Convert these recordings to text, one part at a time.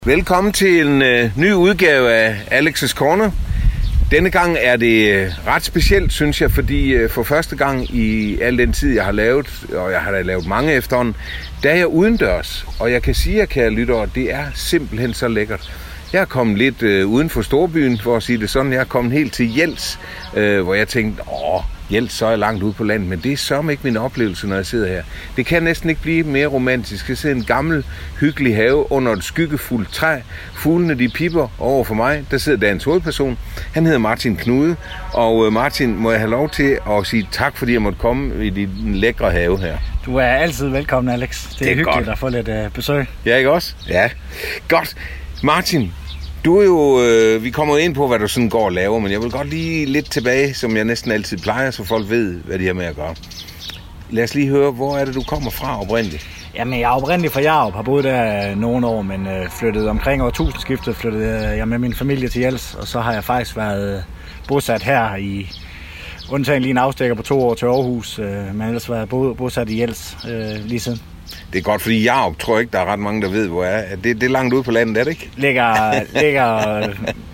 Velkommen til en ny udgave af Alex's Corner. Denne gang er det ret specielt, synes jeg, fordi for første gang i al den tid, jeg har lavet, og jeg har da lavet mange efterhånden, der er jeg udendørs. Og jeg kan sige jer, kære lyttere, det er simpelthen så lækkert. Jeg er kommet lidt uden for storbyen, for at sige det sådan. Jeg er kommet helt til Jels, hvor jeg tænkte, Jels, så er jeg langt ude på landet, men det er sørme ikke min oplevelse, når jeg sidder her. Det kan næsten ikke blive mere romantisk. Jeg sidder i en gammel, hyggelig have under et skyggefuldt træ. Fuglene, de pipper over for mig. Der sidder dagens hovedperson. Han hedder Martin Knude. Og Martin, må jeg have lov til at sige tak, fordi jeg måtte komme i din lækre have her. Du er altid velkommen, Alex. Det er hyggeligt godt at få lidt besøg. Ja, ikke også? Ja. Godt. Martin, du er jo, vi kommer ind på, hvad du sådan går og laver, men jeg vil godt lige lidt tilbage, som jeg næsten altid plejer, så folk ved, hvad de har med at gøre. Lad os lige høre, hvor er det, du kommer fra oprindeligt? Jamen, jeg er oprindeligt fra Jarup, har boet der nogle år, men flyttede omkring årtusindskiftet, flyttede jeg med min familie til Jels, og så har jeg faktisk været bosat her i, undtagen lige en afstikker på 2 år til Aarhus, men ellers var jeg bosat i Jels lige siden. Det er godt, fordi Jarup tror jeg ikke, der er ret mange, der ved, hvor jeg er. Det er langt ude på landet, er det ikke? Ligger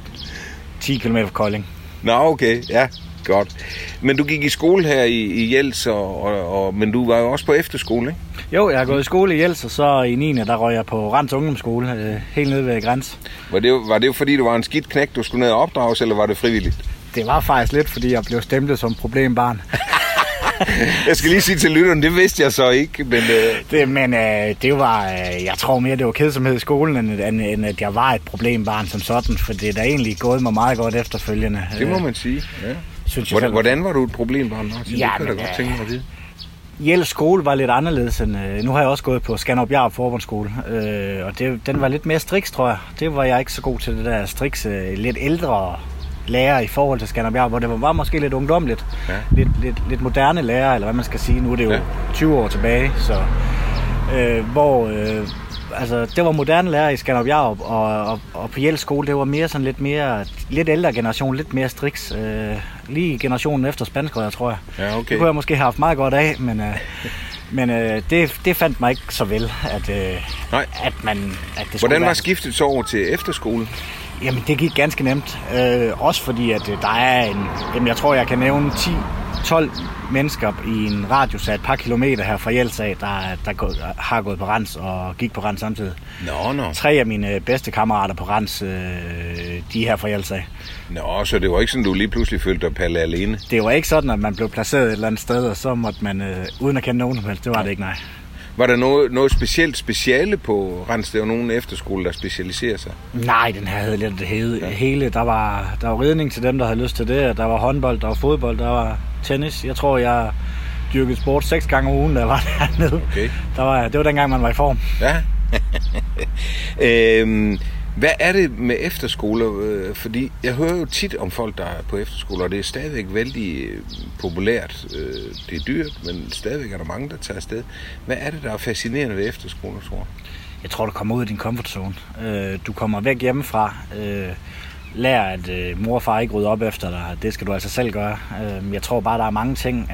10 km fra Kolding. Nå, okay. Ja, godt. Men du gik i skole her i Jels, men du var jo også på efterskole, ikke? Jo, jeg har gået i skole i Jels, og så i 9. der røg jeg på Randers Ungdomsskole, helt nede ved grænsen. Var det fordi, du var en skidt knægt, du skulle ned og opdrages, eller var det frivilligt? Det var faktisk lidt, fordi jeg blev stemplet som problembarn. Jeg skal lige sige til lytteren, det vidste jeg så ikke, men... Det var, jeg tror mere, det var kedsomhed i skolen, end at jeg var et problembarn som sådan, for det er da egentlig gået mig meget godt efterfølgende. Det må man sige, ja. Synes jeg hvordan var du et problembarn? Ja, det kan jeg godt tænke mig at vide. Jels skole var lidt anderledes end... Nu har jeg også gået på Skanderup Forbundsskole, og den var lidt mere striks, tror jeg. Det var jeg ikke så god til, det der striks, lidt ældre lærer i forhold til Skanderbjerg, hvor det var måske lidt ungdomligt. Ja. Lidt moderne lærer, eller hvad man skal sige. Nu er det jo 20 år tilbage, så det var moderne lærer i Skanderbjerg, og på Jels skole, det var mere sådan lidt ældre generation, lidt mere striks. Lige generationen efter spanskrøder, tror jeg. Ja, okay. Det kunne jeg måske have haft meget godt af, men det fandt mig ikke så vel, at det Hvordan var skiftet så over til efterskole? Jamen, det gik ganske nemt. Også fordi, at der er jeg tror, jeg kan nævne 10-12 mennesker i en radius af et par kilometer her fra Jels af, der har gået på Randers og gik på Randers samtidig. Nå. 3 af mine bedste kammerater på Randers, de er her fra Jels af. Nå, så det var ikke sådan, du lige pludselig følte dig palle alene? Det var ikke sådan, at man blev placeret et eller andet sted, og så måtte man, uden at kende nogen som helst, det var det ikke, nej. Var der noget speciale på Randers? Det var nogen efterskole, der specialiserer sig? Nej, den her havde lidt det hele. Der var ridning til dem, der havde lyst til det. Der var håndbold, der var fodbold, der var tennis. Jeg tror, jeg dyrkede sport 6 gange om ugen, da jeg var dernede. Okay. Det var dengang, man var i form. Ja. Hvad er det med efterskoler? Fordi jeg hører jo tit om folk, der er på efterskoler, og det er stadigvæk vældig populært. Det er dyrt, men stadigvæk er der mange, der tager afsted. Hvad er det, der er fascinerende ved efterskoler, tror jeg? Jeg tror, du kommer ud af din comfort zone. Du kommer væk hjemmefra. Lær, at mor og far ikke rydder op efter dig. Det skal du altså selv gøre. Jeg tror bare, der er mange ting.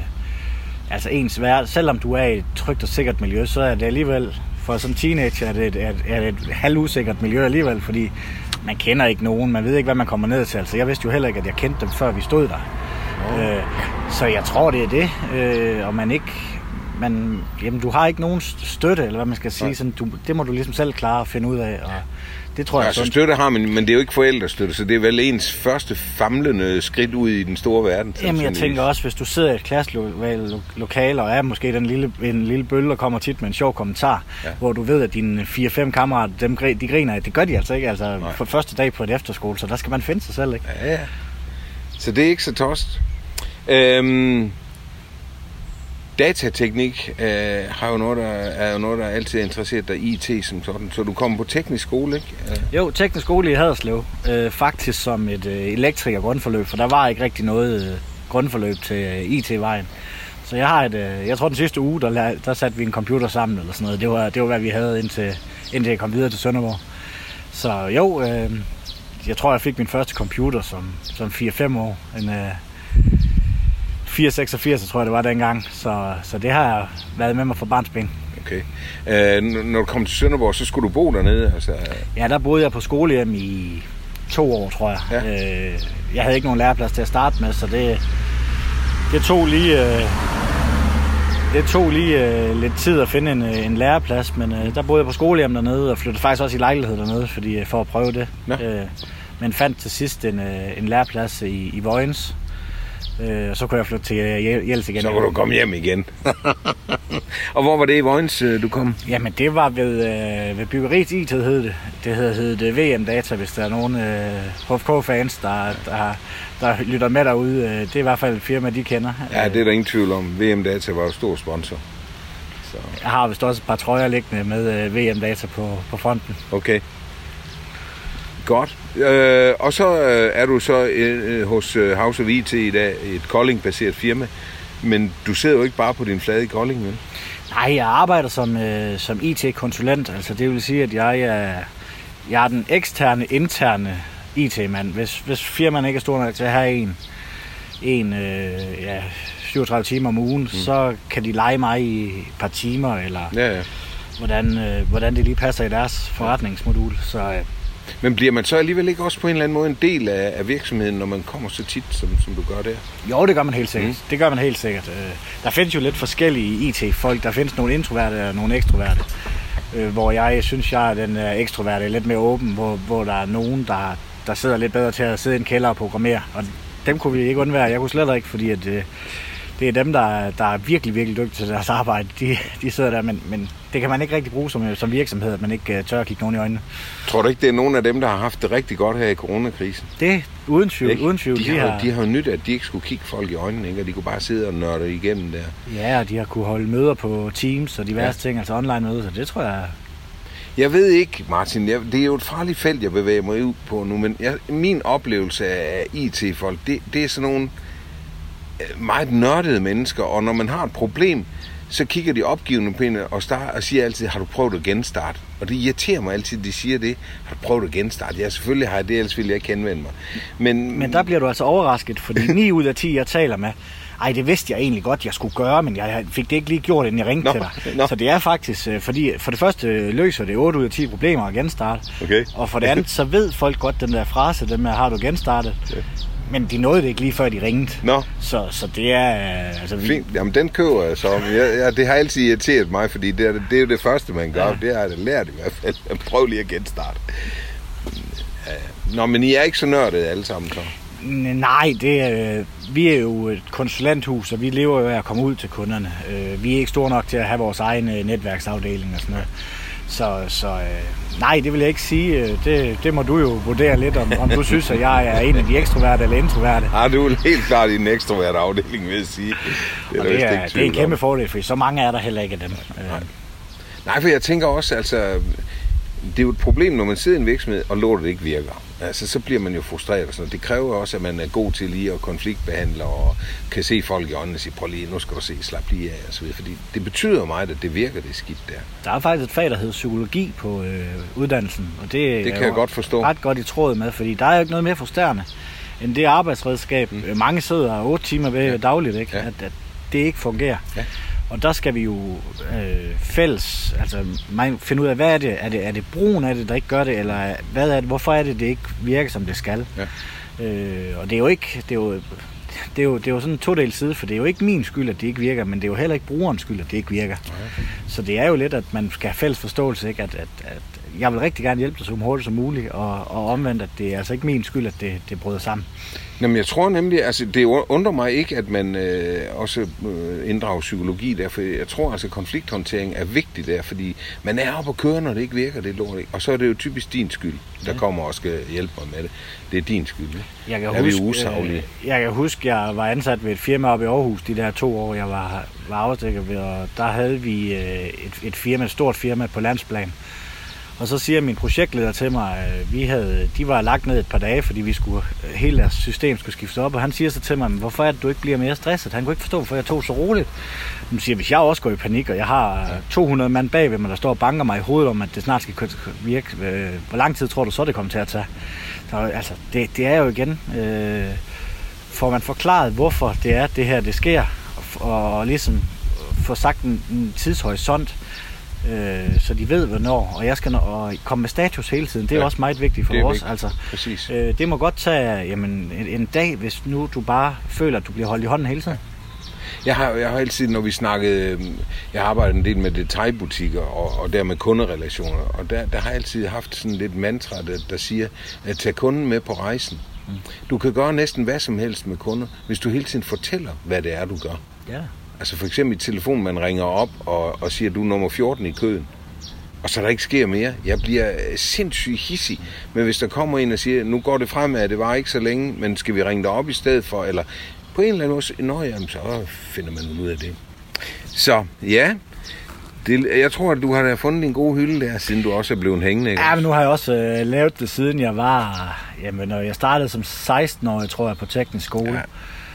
Selvom du er i et trygt og sikkert miljø, så er det alligevel... For som teenager er det et halvusikkert miljø alligevel, fordi man kender ikke nogen, man ved ikke, hvad man kommer ned til. Altså, jeg vidste jo heller ikke, at jeg kendte dem, før vi stod der. Så jeg tror, det er det. Og du har ikke nogen støtte, eller hvad man skal sige. Sådan, det må du ligesom selv klare at finde ud af. Og det tror jeg altså, støtte har man, men det er jo ikke forældrestøtte, så det er vel ens første famlende skridt ud i den store verden. Jamen, jeg tænker også, hvis du sidder i et klasselokale og er måske en lille bølle og kommer tit med en sjov kommentar, hvor du ved, at dine 4-5 kammerater, de griner af. Det gør de altså ikke, på første dag på et efterskole, så der skal man finde sig selv, ikke? Ja. Så det er ikke så tost. Datateknik er jo noget, der altid er interesseret dig i IT som sådan. Så du kommer på teknisk skole, ikke? Jo, teknisk skole i Haderslev. Faktisk som et elektriker-grundforløb, for der var ikke rigtig noget grundforløb til IT-vejen. Så jeg tror den sidste uge, der satte vi en computer sammen eller sådan noget. Det var hvad vi havde indtil jeg kom videre til Sønderborg. Så jo, jeg tror jeg fik min første computer som 4-5 år. 486, tror jeg det var dengang. Så det har jeg været med mig fra barnsben. Okay. Når du kom til Sønderborg, så skulle du bo dernede? Altså... Ja, der boede jeg på skolehjem i 2 år, tror jeg. Ja. Jeg havde ikke nogen læreplads til at starte med, så det tog lige lidt tid at finde en læreplads, men der boede jeg på skolehjem dernede, og flyttede faktisk også i lejlighed dernede, for at prøve det. Men fandt til sidst en læreplads i Vojens, og så kunne jeg flytte til Jels igen. Så kunne du komme hjem igen. Og hvor var det i Vojens, du kom? Jamen, det var ved Byggeriets IT, hed det. Det hed VM Data, hvis der er nogen HFK-fans, der lytter med derude. Det er i hvert fald et firma, de kender. Ja, det er der ingen tvivl om. VM Data var jo stor sponsor. Så. Jeg har vist også et par trøjer liggende med VM Data på fronten. Okay. Godt. Og så er du så hos House of IT i dag, et Kolding-baseret firma. Men du sidder jo ikke bare på din flade i Kolding, vel? Nej, jeg arbejder som IT-konsulent. Altså det vil sige, at jeg er den interne IT-mand. Hvis firmaen ikke er stor nok til at have en 37 timer om ugen, så kan de lege mig i et par timer, eller hvordan det lige passer i deres forretningsmodul. Så, men bliver man så alligevel ikke også på en eller anden måde en del af virksomheden, når man kommer så tit, som du gør der? Jo, det gør man helt sikkert. Det gør man helt sikkert. Der findes jo lidt forskellige IT-folk. Der findes nogle introverte og nogle ekstroverte. Hvor jeg synes, jeg er den ekstroverte, lidt mere åben, hvor der er nogen, der sidder lidt bedre til at sidde i en kælder og programmere. Og dem kunne vi ikke undvære. Jeg kunne slet ikke, fordi at, det er dem, der er virkelig, virkelig dygtige til deres arbejde. De sidder der, men det kan man ikke rigtig bruge som virksomhed, at man ikke tør at kigge nogen i øjnene. Tror du ikke, det er nogen af dem, der har haft det rigtig godt her i coronakrisen? Det uden tvivl. De har nyt, at de ikke skulle kigge folk i øjnene, ikke? Og de kunne bare sidde og nørde igennem der. Ja, og de har kunne holde møder på Teams og diverse ting, altså online møder, så det tror jeg... Jeg ved ikke, Martin, det er jo et farligt felt, jeg bevæger mig ud på nu, men min oplevelse af IT-folk, det er sådan nogle meget nørdede mennesker, og når man har et problem, så kigger de opgivende på en og siger altid, har du prøvet at genstarte? Og det irriterer mig altid, de siger det. Har du prøvet at genstarte? Ja, selvfølgelig har jeg det, ellers ville jeg ikke henvende mig. Men der bliver du altså overrasket, fordi 9 ud af 10, jeg taler med, det vidste jeg egentlig godt, jeg skulle gøre, men jeg fik det ikke lige gjort, inden jeg ringte til dig. Så det er faktisk, fordi for det første løser det 8 ud af 10 problemer at genstarte. Okay. Og for det andet, så ved folk godt den der frase, den med, har du genstartet? Okay. Men de nåede det ikke lige før de ringede. Så det er... Fint. Jamen den køber jeg så. Det har altid irriteret mig, fordi det er jo det første, man gør. Ja. Det har jeg da lært i hvert fald. Prøv lige at genstarte. Nå, men I er ikke så nørdede alle sammen så? Nej, vi er jo et konsulenthus, og vi lever jo af at komme ud til kunderne. Vi er ikke store nok til at have vores egen netværksafdeling og sådan noget. Så nej, det vil jeg ikke sige. Det må du jo vurdere lidt, om du synes, at jeg er en af de ekstroverte eller introverte. Ja, du er helt klart i en ekstrovert afdeling, vil jeg sige. Det er en kæmpe fordel, for så mange er der heller ikke af dem. Nej, for jeg tænker også, altså... Det er jo et problem, når man sidder i en virksomhed, og lortet ikke virker. Altså, så bliver man jo frustreret og sådan noget. Det kræver også, at man er god til lige at konfliktbehandle og kan se folk i øjnene og sige, prøv lige, nu skal du se, slap lige af og så videre. Fordi det betyder meget, at det virker, det skidt der. Der er faktisk et fag, der hedder psykologi på uddannelsen. Og det kan jeg godt forstå. Ret godt i tråd med, fordi der er jo ikke noget mere frustrerende end det arbejdsredskab. Mange sidder 8 timer ved dagligt, ikke? Ja. At det ikke fungerer. Ja. Og der skal vi jo fælles finde ud af, hvad er det? Er det brugen af det, der ikke gør det, eller hvad er det? Hvorfor er det ikke virker, som det skal? Ja. Og det er jo sådan en todel side, for det er jo ikke min skyld, at det ikke virker, men det er jo heller ikke brugerens skyld, at det ikke virker. Okay. Så det er jo lidt, at man skal have fælles forståelse, ikke? At jeg vil rigtig gerne hjælpe dig så hurtigt som muligt, og omvendt, at det er altså ikke min skyld, at det bryder sammen. Jamen, jeg tror nemlig, altså det undrer mig ikke, at man også inddrager psykologi der, for jeg tror altså, konflikthåndtering er vigtig der, fordi man er oppe og kører, når det ikke virker, det lort ikke. Og så er det jo typisk din skyld, der kommer og skal hjælpe mig med det. Det er din skyld, ikke? Jeg kan huske, jeg var ansat ved et firma oppe i Aarhus de der 2 år, jeg var afstikker ved, og der havde vi et stort firma på landsplan. Og så siger min projektleder til mig, de var lagt ned et par dage, fordi hele deres system skulle skiftes op, og han siger så til mig, hvorfor er det, du ikke bliver mere stresset? Han kunne ikke forstå, hvorfor jeg tog så roligt. Han siger, hvis jeg også går i panik, og jeg har 200 mand bagved mig, der står og banker mig i hovedet om, at det snart skal virke, hvor lang tid tror du så, det kommer til at tage? Så, altså, det er jo igen... får man forklaret, hvorfor det her det sker, og ligesom få sagt en tidshorisont, så de ved, hvornår, og jeg skal komme med status hele tiden. Det er også meget vigtigt for os. Altså, det må godt tage en dag, hvis nu du bare føler, at du bliver holdt i hånden hele tiden. Jeg har altid, når vi snakkede, jeg har arbejdet en del med detailbutikker og dermed kunderelationer, og der har jeg altid haft sådan lidt mantra, der siger, at tage kunden med på rejsen. Du kan gøre næsten hvad som helst med kunder, hvis du hele tiden fortæller, hvad det er, du gør. Ja. Altså for eksempel i telefonen, man ringer op og siger, du er nummer 14 i køen, og så der ikke sker mere. Jeg bliver sindssygt hissig, men hvis der kommer en og siger, nu går det fremad, det var ikke så længe, men skal vi ringe dig op i stedet for, eller på en eller anden måde, så finder man ud af det. Så ja, jeg tror, at du har fundet en god hylde der, siden du også er blevet hængende. Ikke? Ja, men nu har jeg også lavet det, siden jeg var, når jeg startede som 16-årig, tror jeg, på teknisk skole. Ja.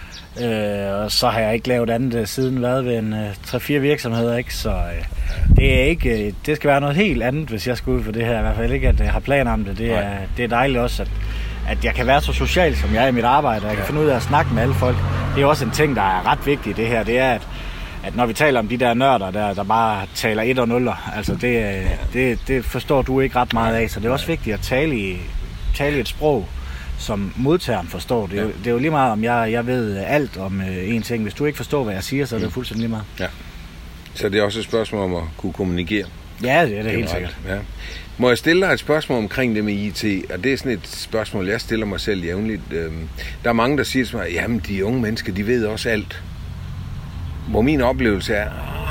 Og så har jeg ikke lavet andet siden været ved en 3-4 virksomheder, ikke? Så det er ikke, det skal være noget helt andet, hvis jeg skal ud for det her. I hvert fald ikke, at jeg har planer om det. Det er dejligt også, at jeg kan være så social, som jeg er i mit arbejde, og jeg kan finde ud af at snakke med alle folk. Det er også en ting, der er ret vigtig i det her. Det er, at når vi taler om de der nørder, der bare taler 1 og 0, altså det forstår du ikke ret meget af. Så det er også vigtigt at tale i et sprog, som modtageren forstår. Det er jo lige meget, om jeg ved alt om en ting. Hvis du ikke forstår, hvad jeg siger, så er det fuldstændig lige meget. Ja. Så det er også et spørgsmål om at kunne kommunikere? Ja, det er det helt sikkert. Ja. Må jeg stille dig et spørgsmål omkring det med IT? Og det er sådan et spørgsmål, jeg stiller mig selv jævnligt. Der er mange, der siger til mig, jamen de unge mennesker, de ved også alt. Hvor min oplevelse er,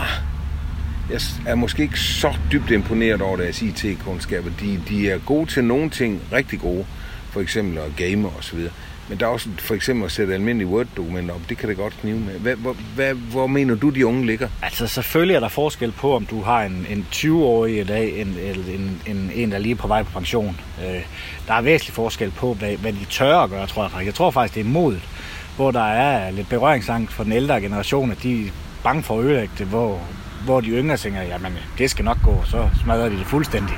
jeg er måske ikke så dybt imponeret over deres IT-kundskaber. De er gode til nogle ting, rigtig gode. For eksempel at game og så videre. Men der er også for eksempel at sætte almindelige Word-dokumenter op. Det kan det godt knive med. Hvor mener du, de unge ligger? Altså selvfølgelig er der forskel på, om du har en 20-årig i dag, en der er lige på vej på pension. Der er væsentlig forskel på, hvad de tør at gøre, tror jeg. Jeg tror faktisk, det er modet. Hvor der er lidt berøringsangst for den ældre generation, at de er bange for at ødelægge det, hvor de yngre tænker, jamen det skal nok gå, så smadrer de det fuldstændig.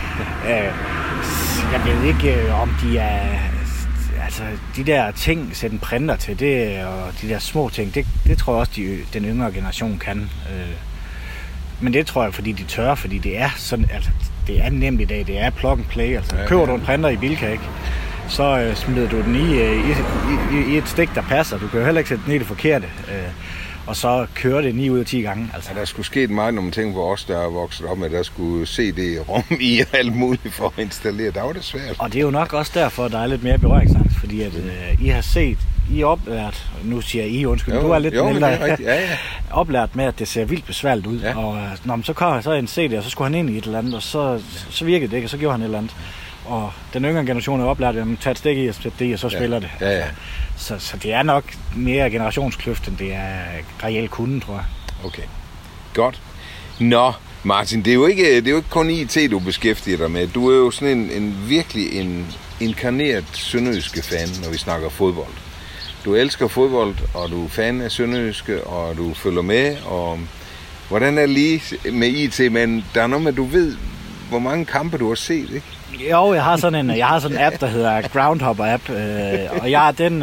Jeg ved ikke, om de er... Altså, de der ting, sætte en printer til det, og de der små ting, det tror jeg også, den yngre generation kan. Men det tror jeg, fordi de tør, fordi det er sådan, altså, det er nemt i dag, det er plug and play. Altså, køber du en printer i Bilka, ikke? Så smider du den i et stik, der passer. Du kan jo heller ikke sætte den i det forkerte. Og så kører det 9 ud af 10 gange. Altså. Ja, der skulle ske meget, når man tænker på os, der er vokset op med, at der skulle CD-rom i alt muligt for at installere. Der var det svært. Og det er jo nok også derfor, der er lidt mere berøringsangst, fordi at I har set, I er oplært, nu siger I, undskyld, du er lidt ældre, oplært med, at det ser vildt besværligt ud. Ja. Og når man så kommer så en CD, og så skulle han ind i et eller andet, og så virkede det ikke, og så gjorde han et eller andet. Og den yngre generation er oplært, at man tager et stik i og sætter det i, og så spiller det. Ja, ja. Så det er nok mere generationskløft, end det er reelt kunden, tror jeg. Okay, godt. Nå, Martin, det er jo ikke kun IT, du beskæftiger dig med. Du er jo sådan en virkelig inkarneret sønderjyske fan, når vi snakker fodbold. Du elsker fodbold, og du er fan af sønderjyske, og du følger med. Og hvordan er det lige med IT? Men der er noget med, at du ved, hvor mange kampe du har set, ikke? Jo, jeg har sådan en app, der hedder Groundhopper app, og jeg er den,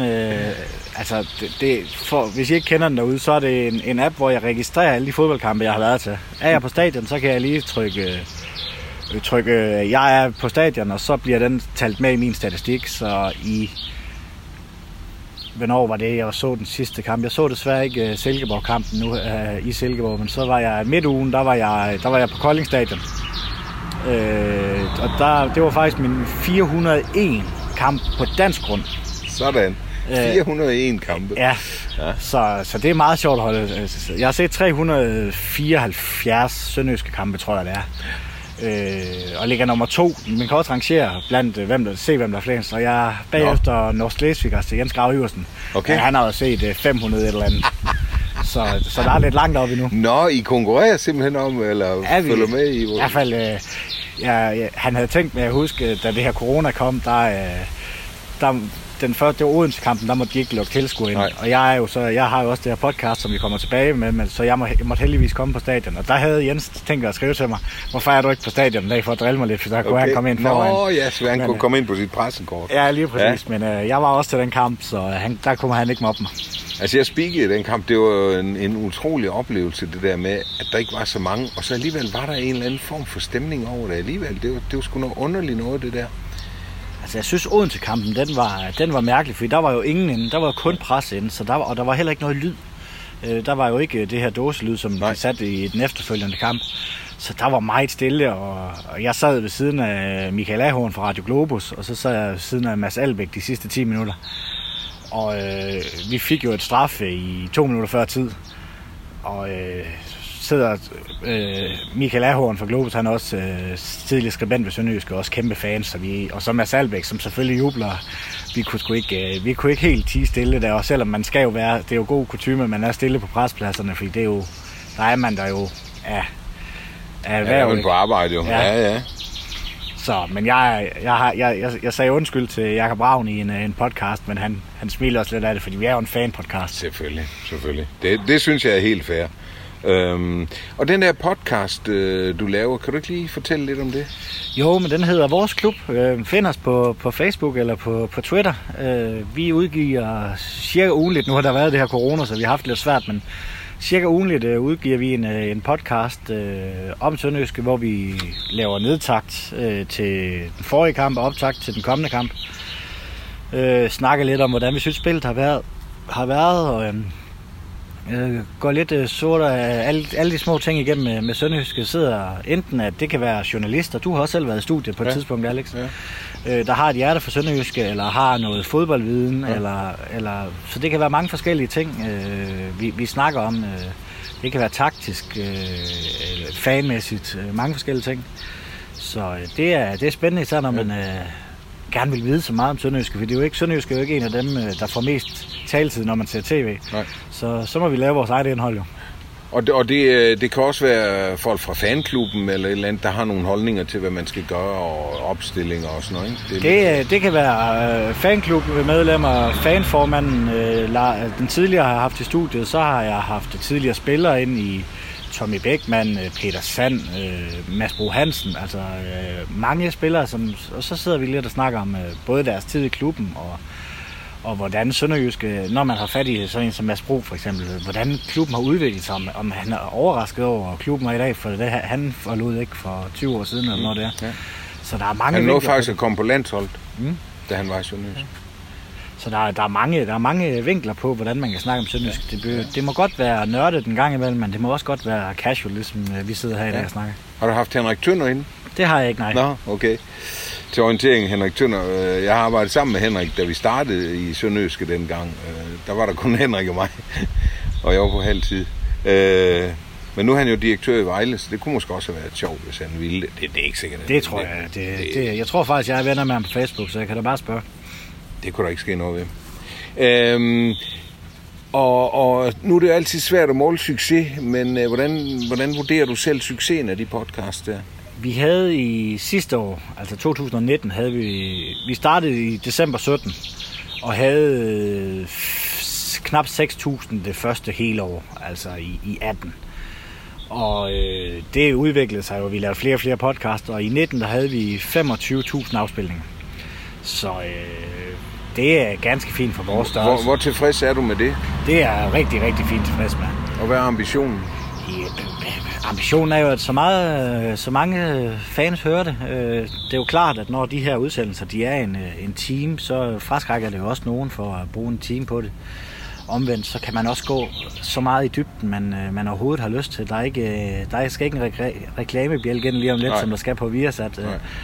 hvis I ikke kender den derude, så er det en app, hvor jeg registrerer alle de fodboldkampe, jeg har været til. Er jeg på stadion, så kan jeg lige trykke jeg er på stadion, og så bliver den talt med i min statistik, så hvornår var det, jeg så den sidste kamp? Jeg så desværre ikke Silkeborg-kampen nu i Silkeborg, men så var jeg midtugen, der var jeg på Kolding Stadion. Og det var faktisk min 401 kamp på dansk grund. Sådan. 401 kampe. Ja. Så det er meget sjovt at holde. Jeg har set 374 sønderjyske kampe, tror jeg det er. Og ligger nummer 2. Man kan også rangere blandt hvem der er flest. Og jeg er bagefter Norsk Læsvig, altså Jens Grav Iversen. Okay. Han har jo set 500 et eller andet. Så der er lidt langt op endnu. Nå, I konkurrerer simpelthen om, eller følger med i? I hvert fald, han havde tænkt med at huske, da det her corona kom, der den første, det var Odense-kampen, der måtte de ikke lukke tilskuere ind. Og jeg har jo også det her podcast, som vi kommer tilbage med, så jeg måtte heldigvis komme på stadion. Og der havde Jens tænkt at skrive til mig, hvorfor er du ikke på stadion en dag for at drille mig lidt, for så kunne han komme ind foran. Nå ja, så han kunne komme ind på sit pressekort. Ja, lige præcis, men jeg var også til den kamp, så der kunne han ikke mobbe mig. Altså jeg speakede i den kamp, det var en utrolig oplevelse, det der med, at der ikke var så mange, og så alligevel var der en eller anden form for stemning over det alligevel. Det var sgu noget underligt noget, det der. Altså jeg synes Odense-kampen, den var mærkelig, fordi der var jo ingen inde, der var jo kun pres inde, så der var heller ikke noget lyd. Der var jo ikke det her dåselyd, som de satte i den efterfølgende kamp. Så der var meget stille, og jeg sad ved siden af Michael Ahorn fra Radio Globus, og så sad jeg ved siden af Mads Albeck de sidste 10 minutter. Og vi fik jo et straffe i 2 minutter før tid, og sidder Michael Ahorn fra Globus, han er også tidligere skribent ved Sønderjysk, og også kæmpe fans, og så Mads Albeck, som selvfølgelig jubler. Vi kunne ikke helt tie stille der, og selvom man skal jo være, det er jo god kutyme, man er stille på prespladserne, fordi det er jo, der er man der jo af erhverv. Ja, på arbejde jo. Ja. Så, men jeg sagde undskyld til Jakob Ravn i en podcast, men han smiler også lidt af det, fordi vi er jo en fan-podcast. Selvfølgelig. Det synes jeg er helt fair. Og den der podcast, du laver, kan du ikke lige fortælle lidt om det? Jo, men den hedder Vores Klub. Find os på Facebook eller på Twitter. Vi udgiver cirka ugenligt. Nu har der været det her corona, så vi har haft det lidt svært, men cirka ugenligt udgiver vi en podcast om Sønderjyske, hvor vi laver nedtakt til den forrige kamp og optakt til den kommende kamp. Snakker lidt om, hvordan vi synes spillet har været og går lidt sort af alle de små ting igennem med Sønderjyske. Sidder enten, at det kan være journalister, du har også selv været i studiet på et tidspunkt, Alex, der har et hjerte for Sønderjyske, eller har noget fodboldviden, eller så det kan være mange forskellige ting, vi snakker om. Det kan være taktisk, fanmæssigt, mange forskellige ting. Så det er spændende, især når man gerne vil vide så meget om Sønderjyske, for det er jo ikke, Sønderjyske er jo ikke en af dem, der får mest taletid, når man ser tv. Nej. Så må vi lave vores eget indhold jo. Og det kan også være folk fra fanklubben eller et eller andet, der har nogle holdninger til, hvad man skal gøre, og opstillinger og sådan noget, ikke? Det kan være fanklubmedlemmer, fanformanden, den tidligere har haft i studiet, så har jeg haft tidligere spillere ind i Tommy Bækman, Peter Sand, Mads Bro Hansen, altså mange spillere, og så sidder vi lidt og snakker om både deres tid i klubben, og hvordan Sønderjyske, når man har fat i sådan en som Mads Bro for eksempel, hvordan klubben har udviklet sig, om han er overrasket over klubben er i dag, for det han forlod ikke for 20 år siden, eller noget der. Ja. Så der er mange. Han nåede faktisk at komme på landsholdet, da han var i Sønderjysk. Ja. Så der er mange vinkler på, hvordan man kan snakke om Sønderjysk. Det må godt være nørdet en gang imellem, men det må også godt være casual, ligesom vi sidder her i dag og snakker. Har du haft Henrik Tønder inde? Det har jeg ikke, nej. Nå, okay. Til orientering, Henrik Tønder. Jeg har arbejdet sammen med Henrik, da vi startede i Sønderjyske dengang. Der var der kun Henrik og mig, og jeg var på halv tid. Men nu er han jo direktør i Vejle, så det kunne måske også have været sjovt, hvis han ville det. Det er ikke sikkert. Det tror jeg. Jeg tror faktisk, jeg er venner med ham på Facebook, så jeg kan da bare spørge. Det kunne der ikke ske noget ved. Og nu er det jo altid svært at måle succes, men hvordan vurderer du selv succesen af de podcasts der? Vi havde i sidste år, altså 2019, havde vi startede i december 17 og havde knap 6.000 det første hele år, altså i 18. Og det udviklede sig jo, vi lavede flere og flere podcasts, og i 19 der havde vi 25.000 afspilninger. Så det er ganske fint for vores størrelse. Hvor tilfreds er du med det? Det er rigtig, rigtig fint tilfreds med. Og hvad er ambitionen? Ambitionen er jo, at så mange fans hører det. Det er jo klart, at når de her udsendelser de er en team, så fraskrækker det jo også nogen for at bruge en team på det. Omvendt, så kan man også gå så meget i dybden, man overhovedet har lyst til. Der skal ikke en reklamebjælke ind lige om lidt, som der skal på Viasat.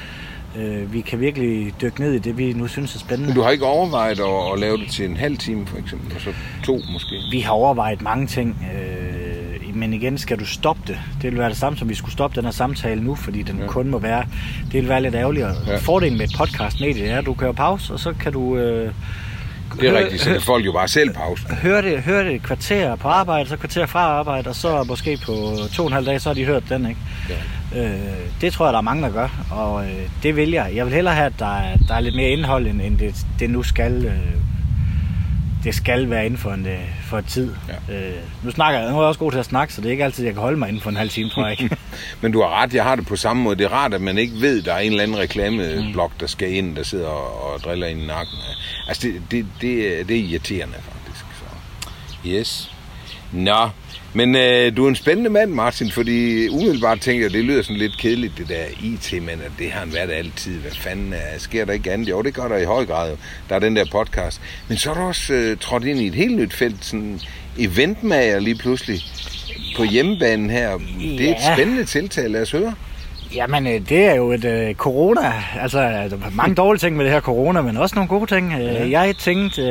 Vi kan virkelig dykke ned i det, vi nu synes er spændende. Men du har ikke overvejet at lave det til en halv time, for eksempel? Og så 2 måske? Vi har overvejet mange ting, men igen skal du stoppe det. Det vil være det samme, som vi skulle stoppe den her samtale nu, fordi den kun må være... Det vil være lidt ærgerligt. Fordelen med et podcast-medie er, at du kører pause, og så kan du... det er rigtigt, så kan folk jo bare selv pause. Hør det et kvarter på arbejde, så kvarter fra arbejde, og så måske på 2,5 dage, så har de hørt den, ikke? Det tror jeg, der er mange, der gør, og det vil jeg. Jeg vil hellere have, at der er lidt mere indhold, end det nu skal. Det skal være inden for en tid. Ja. Nu er jeg også god til at snakke, så det er ikke altid, jeg kan holde mig inden for en halv time, tror jeg ikke. Men du har ret, jeg har det på samme måde. Det er rart, at man ikke ved, der er en eller anden reklameblok, der skal ind, der sidder og driller ind i nakken. Altså, det er irriterende, faktisk. Så. Yes. Nå, men du er en spændende mand, Martin, fordi umiddelbart tænker jeg, det lyder sådan lidt kedeligt, det der IT, men at det har han været altid. Hvad fanden sker der ikke andet? Jo, det gør der i høj grad. Der er den der podcast. Men så er du også trådt ind i et helt nyt felt, sådan eventmager lige pludselig på hjemmebanen her. Det er et spændende tiltag, lad os høre. Jamen, det er jo et corona. Altså, der er mange dårlige ting med det her corona, men også nogle gode ting. Ja. Jeg tænkte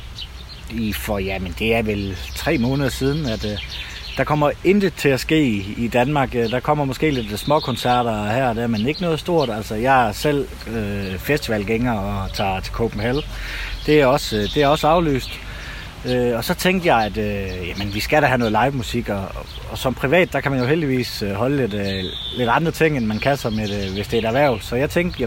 det er vel 3 måneder siden, at der kommer intet til at ske i Danmark. Der kommer måske lidt små koncerter her og der, men ikke noget stort. Altså, jeg er selv festivalgænger og tager til Copenhagen. Det er også aflyst. Og så tænkte jeg, at vi skal da have noget live musik, og som privat, der kan man jo heldigvis holde lidt andre ting, end man kan som hvis det er et erhverv. Så jeg tænkte,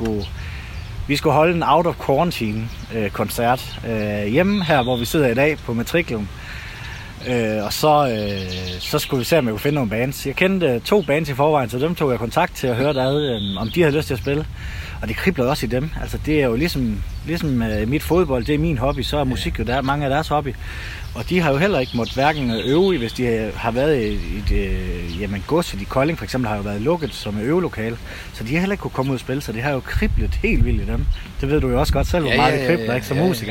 vi skulle holde en out of quarantine koncert hjemme her, hvor vi sidder i dag på Matriculum. Og så skulle vi se, om jeg kunne finde nogle bands. Jeg kendte 2 bands i forvejen, så dem tog jeg kontakt til at høre om de havde lyst til at spille. Og det kriblede også i dem. Altså, det er jo ligesom mit fodbold, det er min hobby, så er musik jo der mange af deres hobby. Og de har jo heller ikke måttet hverken øve, hvis de har været i Godset i Kolding for eksempel, har jo været lukket som øvelokale. Så de har heller ikke kunne komme ud og spille, så det har jo kriblet helt vildt i dem. Det ved du jo også godt selv, hvor meget det kribler, ikke, som musiker.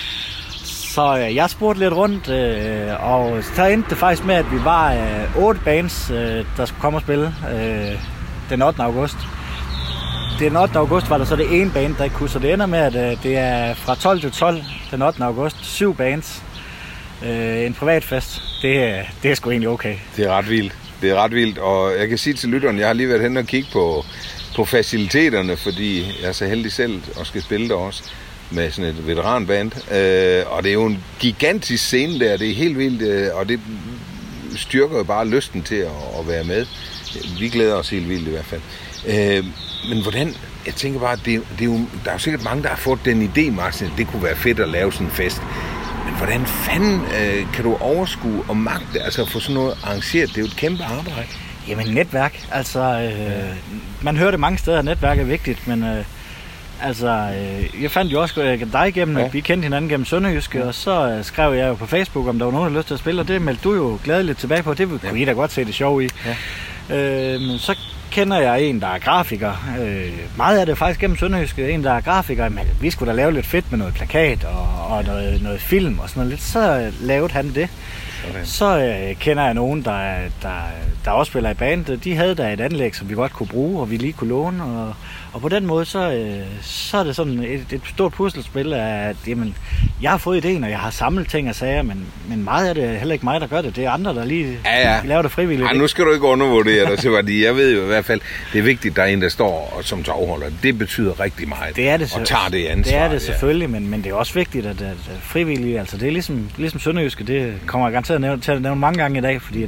Så jeg spurgte lidt rundt, og så endte det faktisk med, at vi var 8 bands, der skulle komme og spille den 8. august. Den 8. august var der så det ene band, der ikke kunne, så det ender med, at det er fra 12 til 12 den 8. august, 7 bands, en privatfest. Det er sgu egentlig okay. Det er ret vildt, og jeg kan sige til lytteren, jeg har lige været hen og kigge på faciliteterne, fordi jeg er så heldig selv og skal spille der også med sådan et veteranband, og det er jo en gigantisk scene der, det er helt vildt, og det styrker jo bare lysten til at være med. Vi glæder os helt vildt i hvert fald. Men hvordan, jeg tænker bare, det er jo, der er jo sikkert mange, der har fået den idé, Martin, at det kunne være fedt at lave sådan en fest. Men hvordan fanden kan du overskue og magte, altså at få sådan noget arrangeret? Det er jo et kæmpe arbejde. Jamen netværk, altså man hører det mange steder, at netværk er vigtigt, men jeg fandt jo også dig igennem, at vi kendte hinanden gennem Sønderjyske, og så skrev jeg jo på Facebook, om der var nogen, der havde lyst til at spille, og det meldte du jo gladeligt tilbage på, det kunne I da godt se det sjov i. Ja. Så kender jeg en, der er grafiker. Meget af det faktisk gennem Sønderjyske, en, der er grafiker, men vi skulle da lave lidt fedt med noget plakat og noget film og sådan noget lidt, så lavede han det. Okay. Så kender jeg nogen, der også spiller i band. De havde da et anlæg, som vi godt kunne bruge, og vi lige kunne låne. Og på den måde, så er det sådan et stort puslespil, at jeg har fået idéen, og jeg har samlet ting og sager, men meget af det er heller ikke mig, der gør det. Det er andre, der lige laver det frivilligt. Nu skal du ikke undervurdere dig til, fordi jeg ved jo i hvert fald, det er vigtigt, at der er en, der står og som afholder. Det betyder rigtig meget. Det er det, og tager det ansvar. Det er det selvfølgelig, men det er også vigtigt, at frivillige, altså det er ligesom Sønderjyske, det kommer jeg garanteret til at nævne mange gange i dag, fordi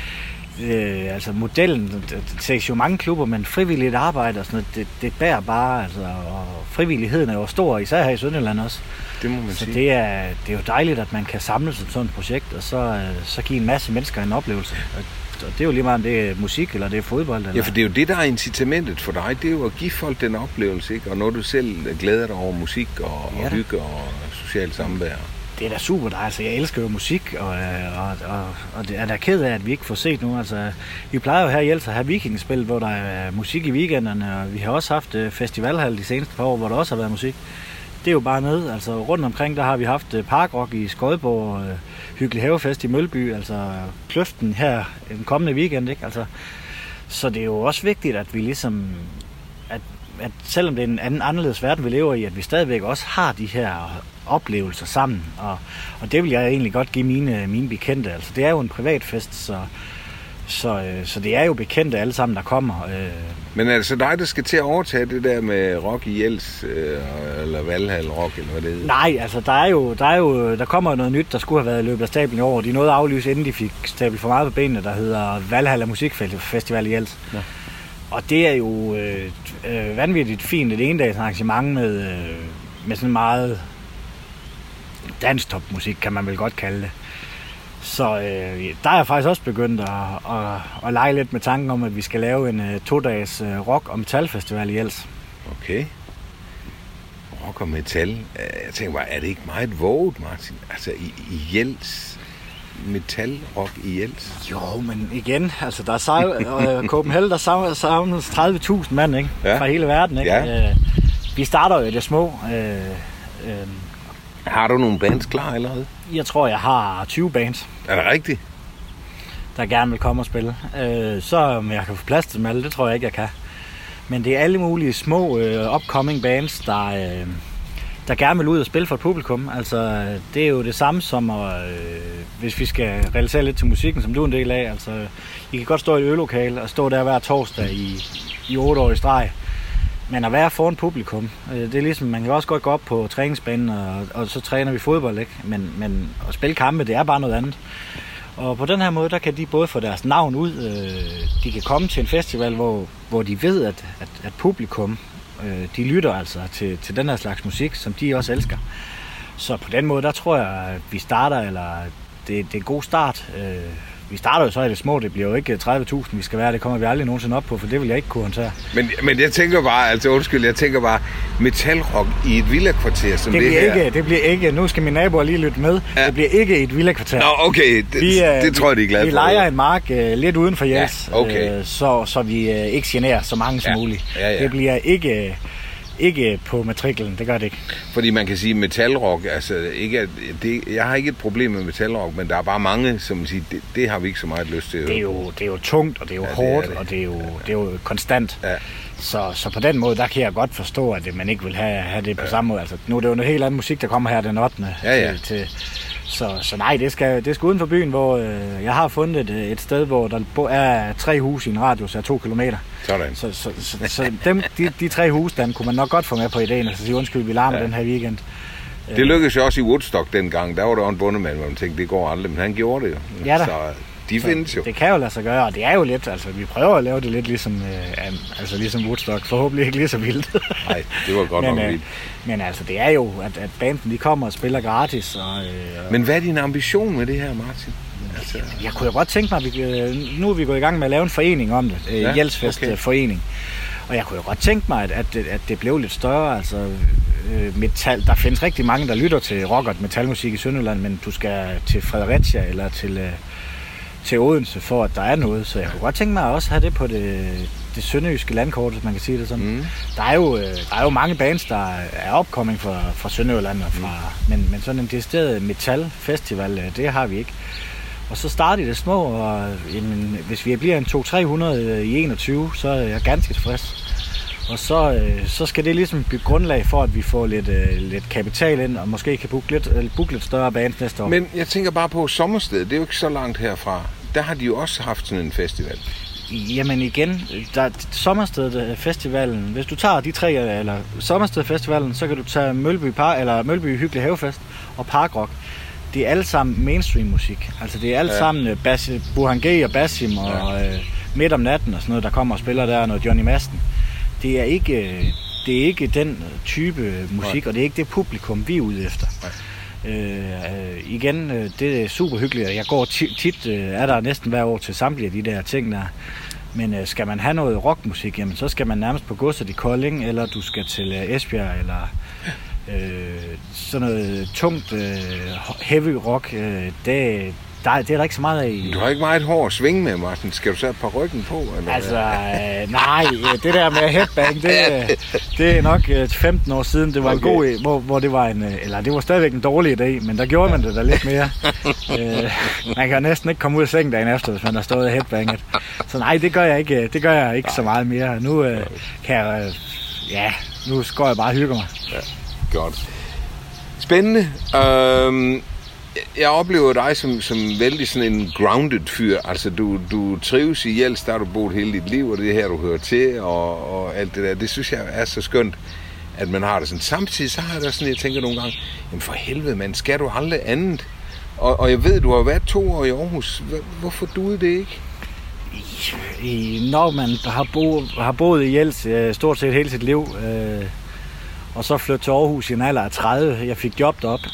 at modellen, det ses jo mange klubber, men frivilligt arbejde og sådan noget, det bærer bare, altså, og frivilligheden er jo stor, især her i Sønderjylland også. Det må man så sige. Det er jo dejligt, at man kan samles om sådan et projekt, og så give en masse mennesker en oplevelse. Og det er jo lige meget, om det er musik, eller det er fodbold. Eller... Ja, for det er jo det, der er incitamentet for dig, det er jo at give folk den oplevelse, ikke? Og når du selv glæder dig over musik og hygge og socialt samvær. Det er da super dejligt. Altså, jeg elsker jo musik, og det er da ked af, at vi ikke får set nu. Altså, vi plejer jo her i Jels at have Vikingspil, hvor der er musik i weekenderne, og vi har også haft festivalhal de seneste par år, hvor der også har været musik. Det er jo bare nede. Altså, rundt omkring, der har vi haft parkrock i Skodborg, Hyggelig Havefest i Mølby, altså Kløften her den kommende weekend, ikke? Altså, så det er jo også vigtigt, at vi ligesom... At selvom det er en anden anderledes verden, vi lever i, at vi stadigvæk også har de her oplevelser sammen. Og det vil jeg egentlig godt give mine bekendte. Altså, det er jo en privatfest, så det er jo bekendte alle sammen, der kommer. Men er det så dig, der skal til at overtage det der med rock i Jels, eller Valhall rock, eller hvad det er? Nej, altså der kommer noget nyt, der skulle have været i løbet af stablen i år. De nåede at aflyse, inden de fik stablet for meget på benene, der hedder Valhall Musikfestival i Jels. Ja. Og det er jo vanvittigt fint, et endags arrangement med sådan meget dansktopmusik, kan man vel godt kalde det. Så der er jeg faktisk også begyndt at lege lidt med tanken om, at vi skal lave en 2-dages rock- og metalfestival i Jels. Okay. Rock og metal. Jeg tænker bare, er det ikke meget våget, Martin? Altså i Jels? Metal-rock i Jels? Jo, men igen, altså der er Copenhagen, der samles 30.000 mand, ikke? Ja. Fra hele verden, ikke? Ja. Vi starter jo i det små. Har du nogle bands klar allerede? Jeg tror, jeg har 20 bands. Er det rigtigt? Der gerne vil komme og spille. Så om jeg kan få plads til dem alle, det tror jeg ikke, jeg kan. Men det er alle mulige små upcoming bands, der gerne vil ud og spille for et publikum. Altså, det er jo det samme som, hvis vi skal realisere lidt til musikken, som du er en del af. Altså, I kan godt stå i et øllokale og stå der hver torsdag i 8 år i streg. Men at være foran publikum, det er ligesom, man kan også godt gå op på træningsbanen, og så træner vi fodbold, ikke? Men at spille kampe, det er bare noget andet. Og på den her måde, der kan de både få deres navn ud, de kan komme til en festival, hvor de ved, at publikum, de lytter altså til den her slags musik, som de også elsker. Så på den måde, der tror jeg, at vi starter, eller det er en god start. Vi starter jo så i det små, det bliver jo ikke 30.000, vi skal være, det kommer vi aldrig nogensinde op på, for det vil jeg ikke kunne håndtere. Men jeg tænker bare, metalrock i et villakvarter som det her. Det bliver ikke, nu skal mine naboer lige lytte med, ja. Det bliver ikke et villakvarter. Nå, okay, det tror jeg, de er glade for. Vi lejer en mark lidt uden for Jels, ja, okay. Så vi ikke generer så mange som muligt. Ja. Det bliver ikke på matriklen, det gør det ikke. Fordi man kan sige metalrock, altså jeg har ikke et problem med metalrock, men der er bare mange, som siger, det har vi ikke så meget lyst til. Det er jo tungt, og det er jo hårdt, og det er jo konstant. Ja. Så på den måde, der kan jeg godt forstå, at man ikke vil have det på samme måde. Altså, nu er det jo noget helt andet musik, der kommer her den 8. til så nej, det skal uden for byen, hvor jeg har fundet et sted, hvor der er 3 huse i en radius af 2 kilometer. Sådan. Så de 3 huse, den kunne man nok godt få med på ideen, og så sige, undskyld, vi larmer den her weekend. Det lykkedes jo også i Woodstock dengang. Der var der en bondemand, hvor man tænkte, det går aldrig, men han gjorde det jo. Ja da. Så de findes jo. Det kan jo lade sig gøre, og det er jo lidt, altså vi prøver at lave det lidt ligesom Woodstock. Forhåbentlig ikke lige så vildt. Nej, det var godt nok vildt. Men altså, det er jo, at banden, de kommer og spiller gratis. Men hvad er din ambition med det her, Martin? Altså, jeg kunne jo godt tænke mig, nu er vi gået i gang med at lave en forening om det. Jelsfest forening. Og jeg kunne jo godt tænke mig, at det blev lidt større. Altså, metal. Der findes rigtig mange, der lytter til rock og metalmusik i Sønderjylland, men du skal til Fredericia eller til Odense, for at der er noget. Så jeg kunne godt tænke mig at også have det på det sønderjyske landkort, hvis man kan sige det sådan. Mm. Der er jo mange bands, der er upcoming fra Sønderjylland, men sådan en decideret metalfestival, det har vi ikke. Og så starter det små, og hvis vi bliver en 200-300 i 21, så er jeg ganske tilfreds. Og så skal det ligesom bygge grundlag for, at vi får lidt kapital ind, og måske kan booke lidt større bands næste år. Men jeg tænker bare på Sommersted, det er jo ikke så langt herfra. Der har de jo også haft sådan en festival. Jamen igen, Sommersted Festivalen, hvis du tager de 3, eller Sommersted Festivalen, så kan du tage Mølby Hyggelig Havefest og Parkrock. Det er alle sammen mainstream musik. Altså det er alle sammen Burhan G og Basim og Midt om natten og sådan noget, der kommer og spiller der, noget Johnny Madsen. Det er ikke den type musik, og det er ikke det publikum, vi er ude efter. Igen, det er super hyggeligt, og jeg går tit er der næsten hver år til samtlige af de der ting der. Men skal man have noget rockmusik, jamen så skal man nærmest på godset i Kolding, eller du skal til Esbjerg, eller sådan noget tungt heavy rock. Det er der ikke så meget af. Du har ikke meget hår at svinge med, Martin. Skal du så have rykken på? Eller? Altså, nej, det der med headbang, det er nok 15 år siden. Det var en god, hvor det var det var stadigvæk en dårlig idé, men der gjorde man det da lidt mere. Man kan næsten ikke komme ud af sengen dagen efter, hvis man har stået og headbanget. Så nej, det gør jeg ikke så meget mere. Nu kan jeg, nu går jeg bare og hygger mig. Ja, godt. Spændende. Jeg oplever dig som vældig sådan en grounded fyr. Altså, du trives i Jels, der har du boet hele dit liv, og det er her, du hører til, og alt det der. Det synes jeg er så skønt, at man har det sådan. Samtidig så har jeg da sådan, jeg tænker nogle gange, jamen for helvede, man, skal du aldrig andet? Og jeg ved, du har været 2 år i Aarhus. Hvorfor duede det ikke? Når man har boet i Jels stort set hele sit liv, og så flyttet til Aarhus i en alder af 30, jeg fik job deroppe,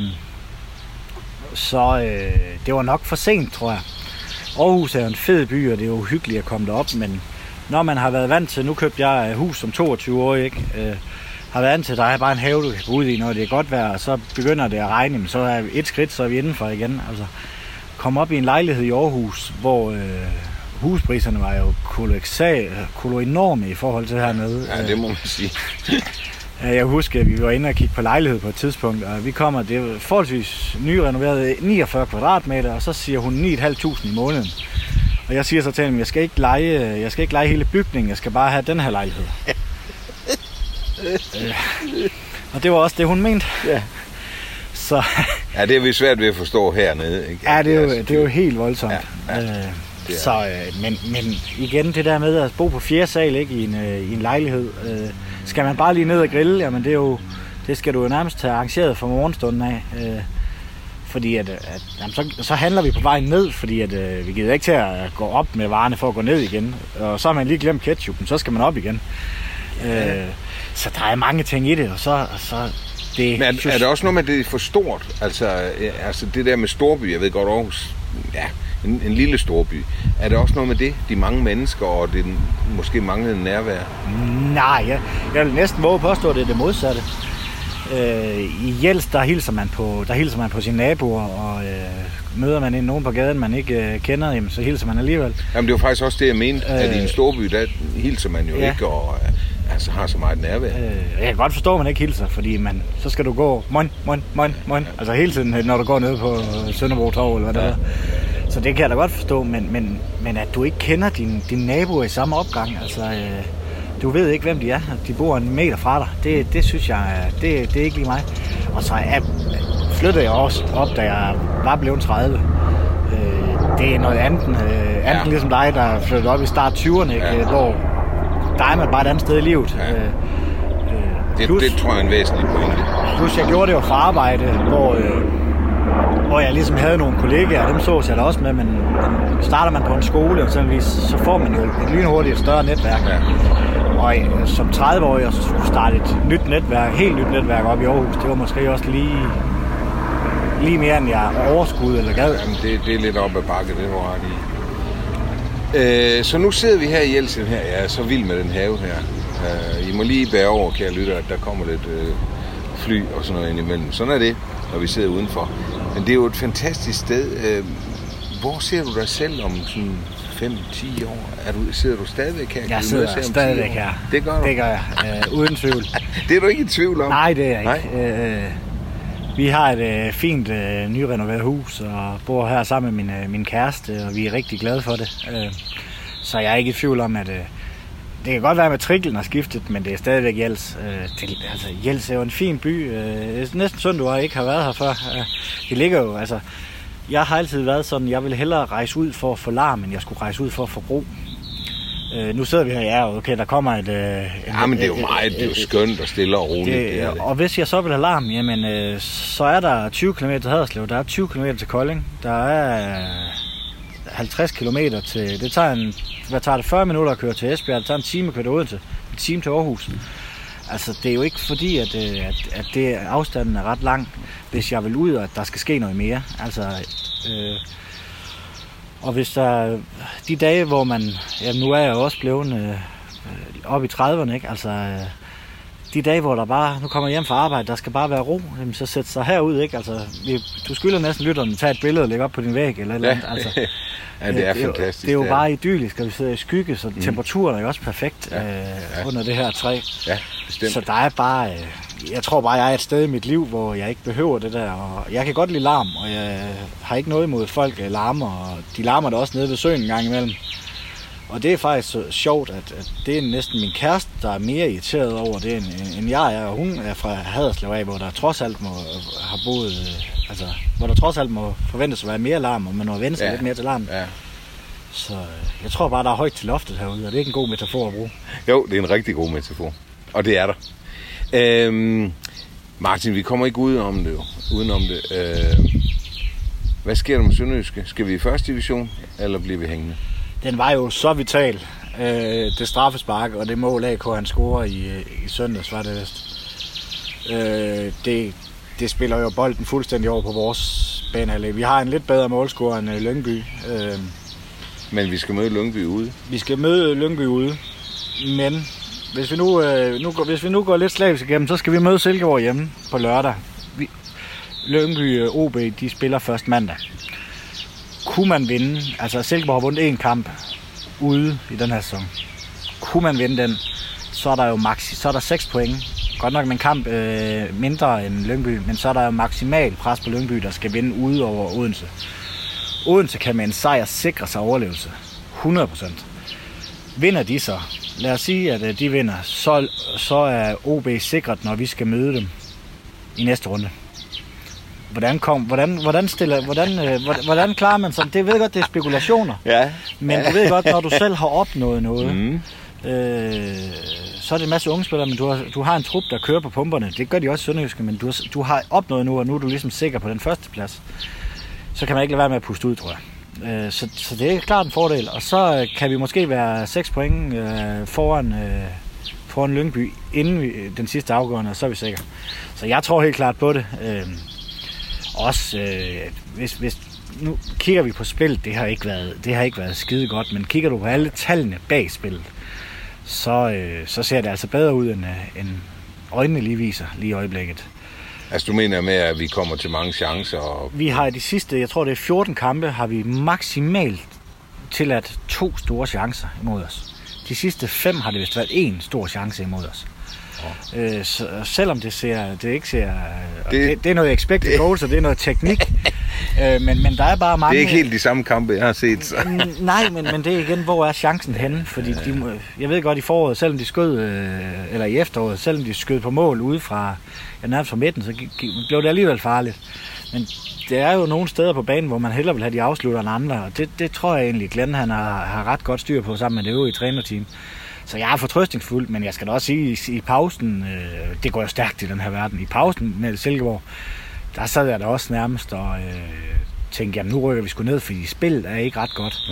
så det var nok for sent, tror jeg. Aarhus er en fed by, og det er jo hyggeligt at komme derop, men når man har været vant til, nu købte jeg hus som 22-årig, ikke? Har været vant til, der er bare en have, du kan gå ud i, når det er godt vejr, og så begynder det at regne, men så er et skridt, så er vi indenfor igen. Altså, kom op i en lejlighed i Aarhus, hvor huspriserne var jo enorme i forhold til hernede. Ja, det må man sige. Jeg husker, at vi var inde og kigge på lejlighed på et tidspunkt, og vi kommer, det er forholdsvis nyrenoveret 49 kvadratmeter, og så siger hun 9.500 i måneden. Og jeg siger så til hende, jeg skal ikke leje hele bygningen, jeg skal bare have den her lejlighed. Og det var også det, hun mente. Ja. Så ja, det er vi svært ved at forstå hernede, ikke? Ja, det er jo helt voldsomt. Ja. Men igen, det der med at bo på 4. sal, ikke, i en lejlighed, skal man bare lige ned og grille, jamen det skal du jo nærmest have arrangeret fra morgenstunden af. Fordi så handler vi på vejen ned, fordi vi gider ikke til at gå op med varerne for at gå ned igen. Og så har man lige glemt ketchupen, så skal man op igen. Så der er mange ting i det, og så det... Men er det også noget med, det er for stort? Altså det der med storby, jeg ved godt Aarhus, ja, en lille storby. Er det også noget med det? De mange mennesker og det måske manglende nærvær? Nej, jeg vil næsten våge påstå, at det er det modsatte. I Jels, der hilser man på sine naboer, og møder man nogen på gaden, man ikke kender, jamen, så hilser man alligevel. Jamen det var faktisk også det, jeg mente, at i en storby, der hilser man jo ikke, og har så meget nærvær. Jeg kan godt forstå, at man ikke hilser, fordi så skal du gå moin, altså hele tiden, når du går ned på Sønderbro Torv, eller hvad det er. Så det kan jeg da godt forstå, men at du ikke kender dine naboer i samme opgang, altså... Du ved ikke, hvem de er. De bor en meter fra dig. Det synes jeg, det er ikke lige mig. Og så flyttede jeg også op, da jeg var blevet 30. Det er noget andet ligesom dig, der flyttede op i start 20'erne, ikke? Hvor der er man bare et andet sted i livet. Ja. Det tror jeg er en væsentlig pointe. Plus jeg gjorde det jo for arbejde, hvor jeg ligesom havde nogle kollegaer, dem så jeg da også med, men starter man på en skole, så får man jo et lynhurtigt større netværk. Ja. Og som 30-årig at skulle starte et helt nyt netværk op i Aarhus, det var måske også lige mere, end jeg overskud eller gad. Jamen, det er lidt op ad bakke, det var ret i. Så nu sidder vi her i Jelsen her. Jeg er så vild med den have her. I må lige bære over, kære lytter, at der kommer lidt fly og sådan noget indimellem. Sådan er det, når vi sidder udenfor. Men det er jo et fantastisk sted. Hvor ser du dig selv om sådan 5-10 år? Sidder du stadigvæk her? Jeg sidder stadigvæk her. Det gør du? Det gør jeg, uden tvivl. Det er du ikke i tvivl om? Nej, det er jeg ikke. Vi har et fint nyrenoveret hus, og bor her sammen med min kæreste, og vi er rigtig glade for det. Så jeg er ikke i tvivl om, at det kan godt være, at matriklen har skiftet, men det er stadigvæk Jels. Jels er jo en fin by. Det er næsten synd, du ikke har været her før. Det ligger jo, jeg har altid været sådan, jeg ville hellere rejse ud for at få larm, end jeg skulle rejse ud for at få ro. Nu sidder vi her, okay, der kommer et... men det er jo meget, det er jo skønt og stille og roligt. Og hvis jeg så vil have larm, jamen, så er der 20 km til Haderslev, der er 20 km til Kolding, der er 50 km til... Hvad tager det 40 minutter at køre til Esbjerg, det tager en time at køre til Odense, en time til Aarhus. Altså, det er jo ikke fordi, at afstanden er ret lang, hvis jeg vil ud, og at der skal ske noget mere. Og hvis der de dage, hvor man... Ja, nu er jeg jo også blevet op i 30'erne, ikke? De dage, hvor der bare... Nu kommer jeg hjem fra arbejde, der skal bare være ro. Jamen, så sæt sig herud, ikke? Du skylder næsten lytterne tage et billede og lægge op på din væg, eller andet. Ja, det er fantastisk. Det er jo bare idyllisk, at vi sidder i skygge, så temperaturen er jo også perfekt under det her træ. Ja, bestemt. Så der er bare... Jeg tror bare, jeg er et sted i mit liv, hvor jeg ikke behøver det der. Og jeg kan godt lide larm, og jeg har ikke noget imod folk larmer, og de larmer der også nede ved søen en gang imellem. Og det er faktisk så sjovt, at det er næsten min kæreste, der er mere irriteret over det, end jeg er. Og hun er fra Haderslev af, hvor der trods alt hvor der trods alt må forventes at være mere larm, og man må vende sig lidt mere til larm. Ja. Så jeg tror bare, der er højt til loftet herude, og det er ikke en god metafor at bruge. Jo, det er en rigtig god metafor. Og det er der. Martin, vi kommer ikke udenom det. Hvad sker der med Sønderjyske? Skal vi i første division, eller bliver vi hængende? Den var jo så vital. Det straffespark og det mål AK han scorer i søndags, var det vist. Det spiller jo bolden fuldstændig over på vores banehalvdel. Vi har en lidt bedre målscorer end Lyngby. Men vi skal møde Lyngby ude. Vi skal møde Lyngby ude. Men hvis vi nu går lidt slavisk igennem, så skal vi møde Silkeborg hjemme på lørdag. Lyngby OB, de spiller først mandag. Kunne man vinde, altså Silkeborg har vundet 1 kamp ude i den her sæson. Kunne man vinde den, så er der jo så er der 6 point. Godt nok med en kamp mindre end Lyngby, men så er der jo maksimal pres på Lyngby, der skal vinde ude over Odense. Odense kan med en sejr sikre sig overlevelse. 100%. Vinder de så, lad os sige, at de vinder, så er OB sikret, når vi skal møde dem i næste runde. Hvordan klarer man sig? Det ved godt, det er spekulationer. Ja. Men du ved godt, når du selv har opnået noget, så er det en masse unge spillere, men du har en trup, der kører på pumperne. Det gør de også i Sønderjyske, men du har opnået nu, og nu er du ligesom sikker på den første plads. Så kan man ikke lade være med at puste ud, tror jeg. Så det er klart en fordel. Og så kan vi måske være 6 point foran Lyngby inden den sidste afgørende, og så er vi sikre. Så jeg tror helt klart på det. Hvis nu kigger vi på spillet, det har ikke været skide godt, men kigger du på alle tallene bag spillet, så ser det altså bedre ud, end øjnene lige viser lige i øjeblikket. Altså du mener med, at vi kommer til mange chancer? Og... Vi har i de sidste, jeg tror det er 14 kampe, har vi maksimalt tilladt 2 store chancer imod os. De sidste 5 har det vist været 1 stor chance imod os. Så selvom det er noget expected goals, og det er noget teknik, men der er bare mange... Det er ikke helt de samme kampe, jeg har set. Så. Nej, men det er igen, hvor er chancen henne? Fordi jeg ved godt i foråret, selvom de skød, eller i efteråret, selvom de skød på mål ude fra, nærmest fra midten, så blev det alligevel farligt. Men det er jo nogle steder på banen, hvor man hellere vil have de afslutter end andre, og det tror jeg egentlig, Glenn han har ret godt styr på sammen med det øvrige trænerteam. Så jeg er fortrøstningsfuld, men jeg skal da også sige, i pausen, det går jo stærkt i den her verden, i pausen med Silkeborg, der sad jeg da også nærmest og tænkte, jamen nu rykker vi sgu ned, fordi spillet er ikke ret godt.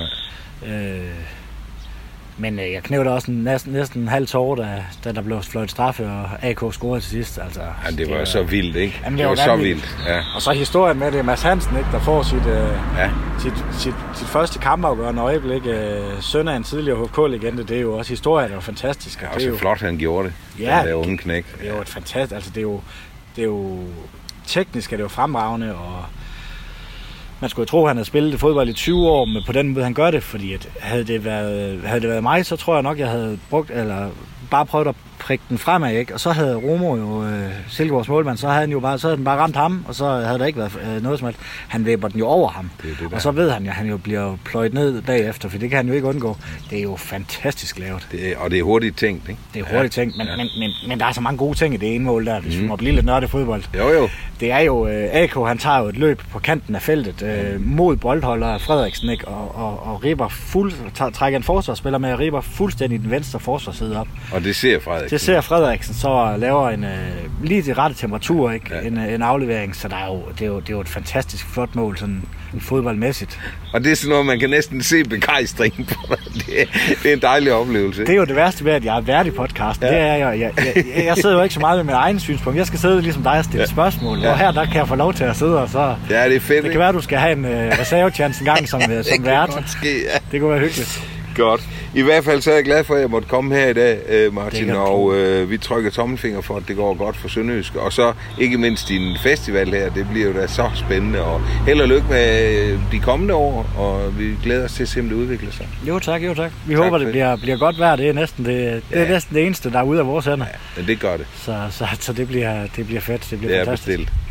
Men jeg knævde også næsten en halv tårer, da der blev fløjt straffe, og AK scorede til sidst. Altså, ja, det var så vildt, ikke? Jamen, det var så vildt. Ja. Og så historien med det, Mads Hansen, ikke, der får sit første kampafgørende øjeblik. Søn af en tidligere HK-legende, det er jo også historie, der er fantastisk. Ja, og så flot, han gjorde det. Ja, den der unge knæk. Det er jo et fantastisk, altså det er jo teknisk er det jo fremragende, og man skulle jo tro, at han havde spillet fodbold i 20 år, men på den måde han gør det, fordi at havde det været mig, så tror jeg nok, jeg havde bare prøvet at prikke den fremad, ikke? Og så havde Romo jo Silkeborgs målmand, så havde den bare ramt ham, og så havde der ikke været noget som helst. Han væber den jo over ham, og så ved han jo, at han jo bliver pløjet ned bagefter, for det kan han jo ikke undgå. Det er jo fantastisk lavet. Og det er hurtigt tænkt, ikke? Det er hurtigt tænkt, men der er så mange gode ting i det ene mål der, hvis vi må blive lidt nørdet fodbold. Jo. Det er jo, AK han tager jo et løb på kanten af feltet mod boldholder Frederiksen, ikke? Og ribber trækker en forsvarsspiller med, og ribber fuldstændig den venstre forsvarsside op. Og det ser Frederiksen. Det ser Frederiksen, så laver en lige til rette temperatur, ikke? Ja. En aflevering, så det er jo et fantastisk flot mål, sådan fodboldmæssigt. Og det er sådan noget, man kan næsten se begejstringen på. Det er en dejlig oplevelse. Det er jo det værste ved, at jeg er vært i podcasten. Ja. Det er jeg sidder jo ikke så meget med min egen synspunkt. Jeg skal sidde ligesom dig og stille spørgsmål. Og her, der kan jeg få lov til at sidde, og så... Ja, det er fedt, det kan være, at du skal have en reservechance en gang som vært. Det kunne være hyggeligt. Godt. I hvert fald så er jeg glad for, at jeg måtte komme her i dag, Martin, og vi trykker tommelfinger for, at det går godt for Sønderjysk. Og så ikke mindst din festival her, det bliver jo da så spændende, og held og lykke med de kommende år, og vi glæder os til at se, om det udvikler sig. Jo tak. Vi håber, det bliver godt vejr. Det er næsten det eneste, der er ude af vores hænder. Ja, men det gør det. Så det bliver fedt. Det bliver fantastisk. Bestilt.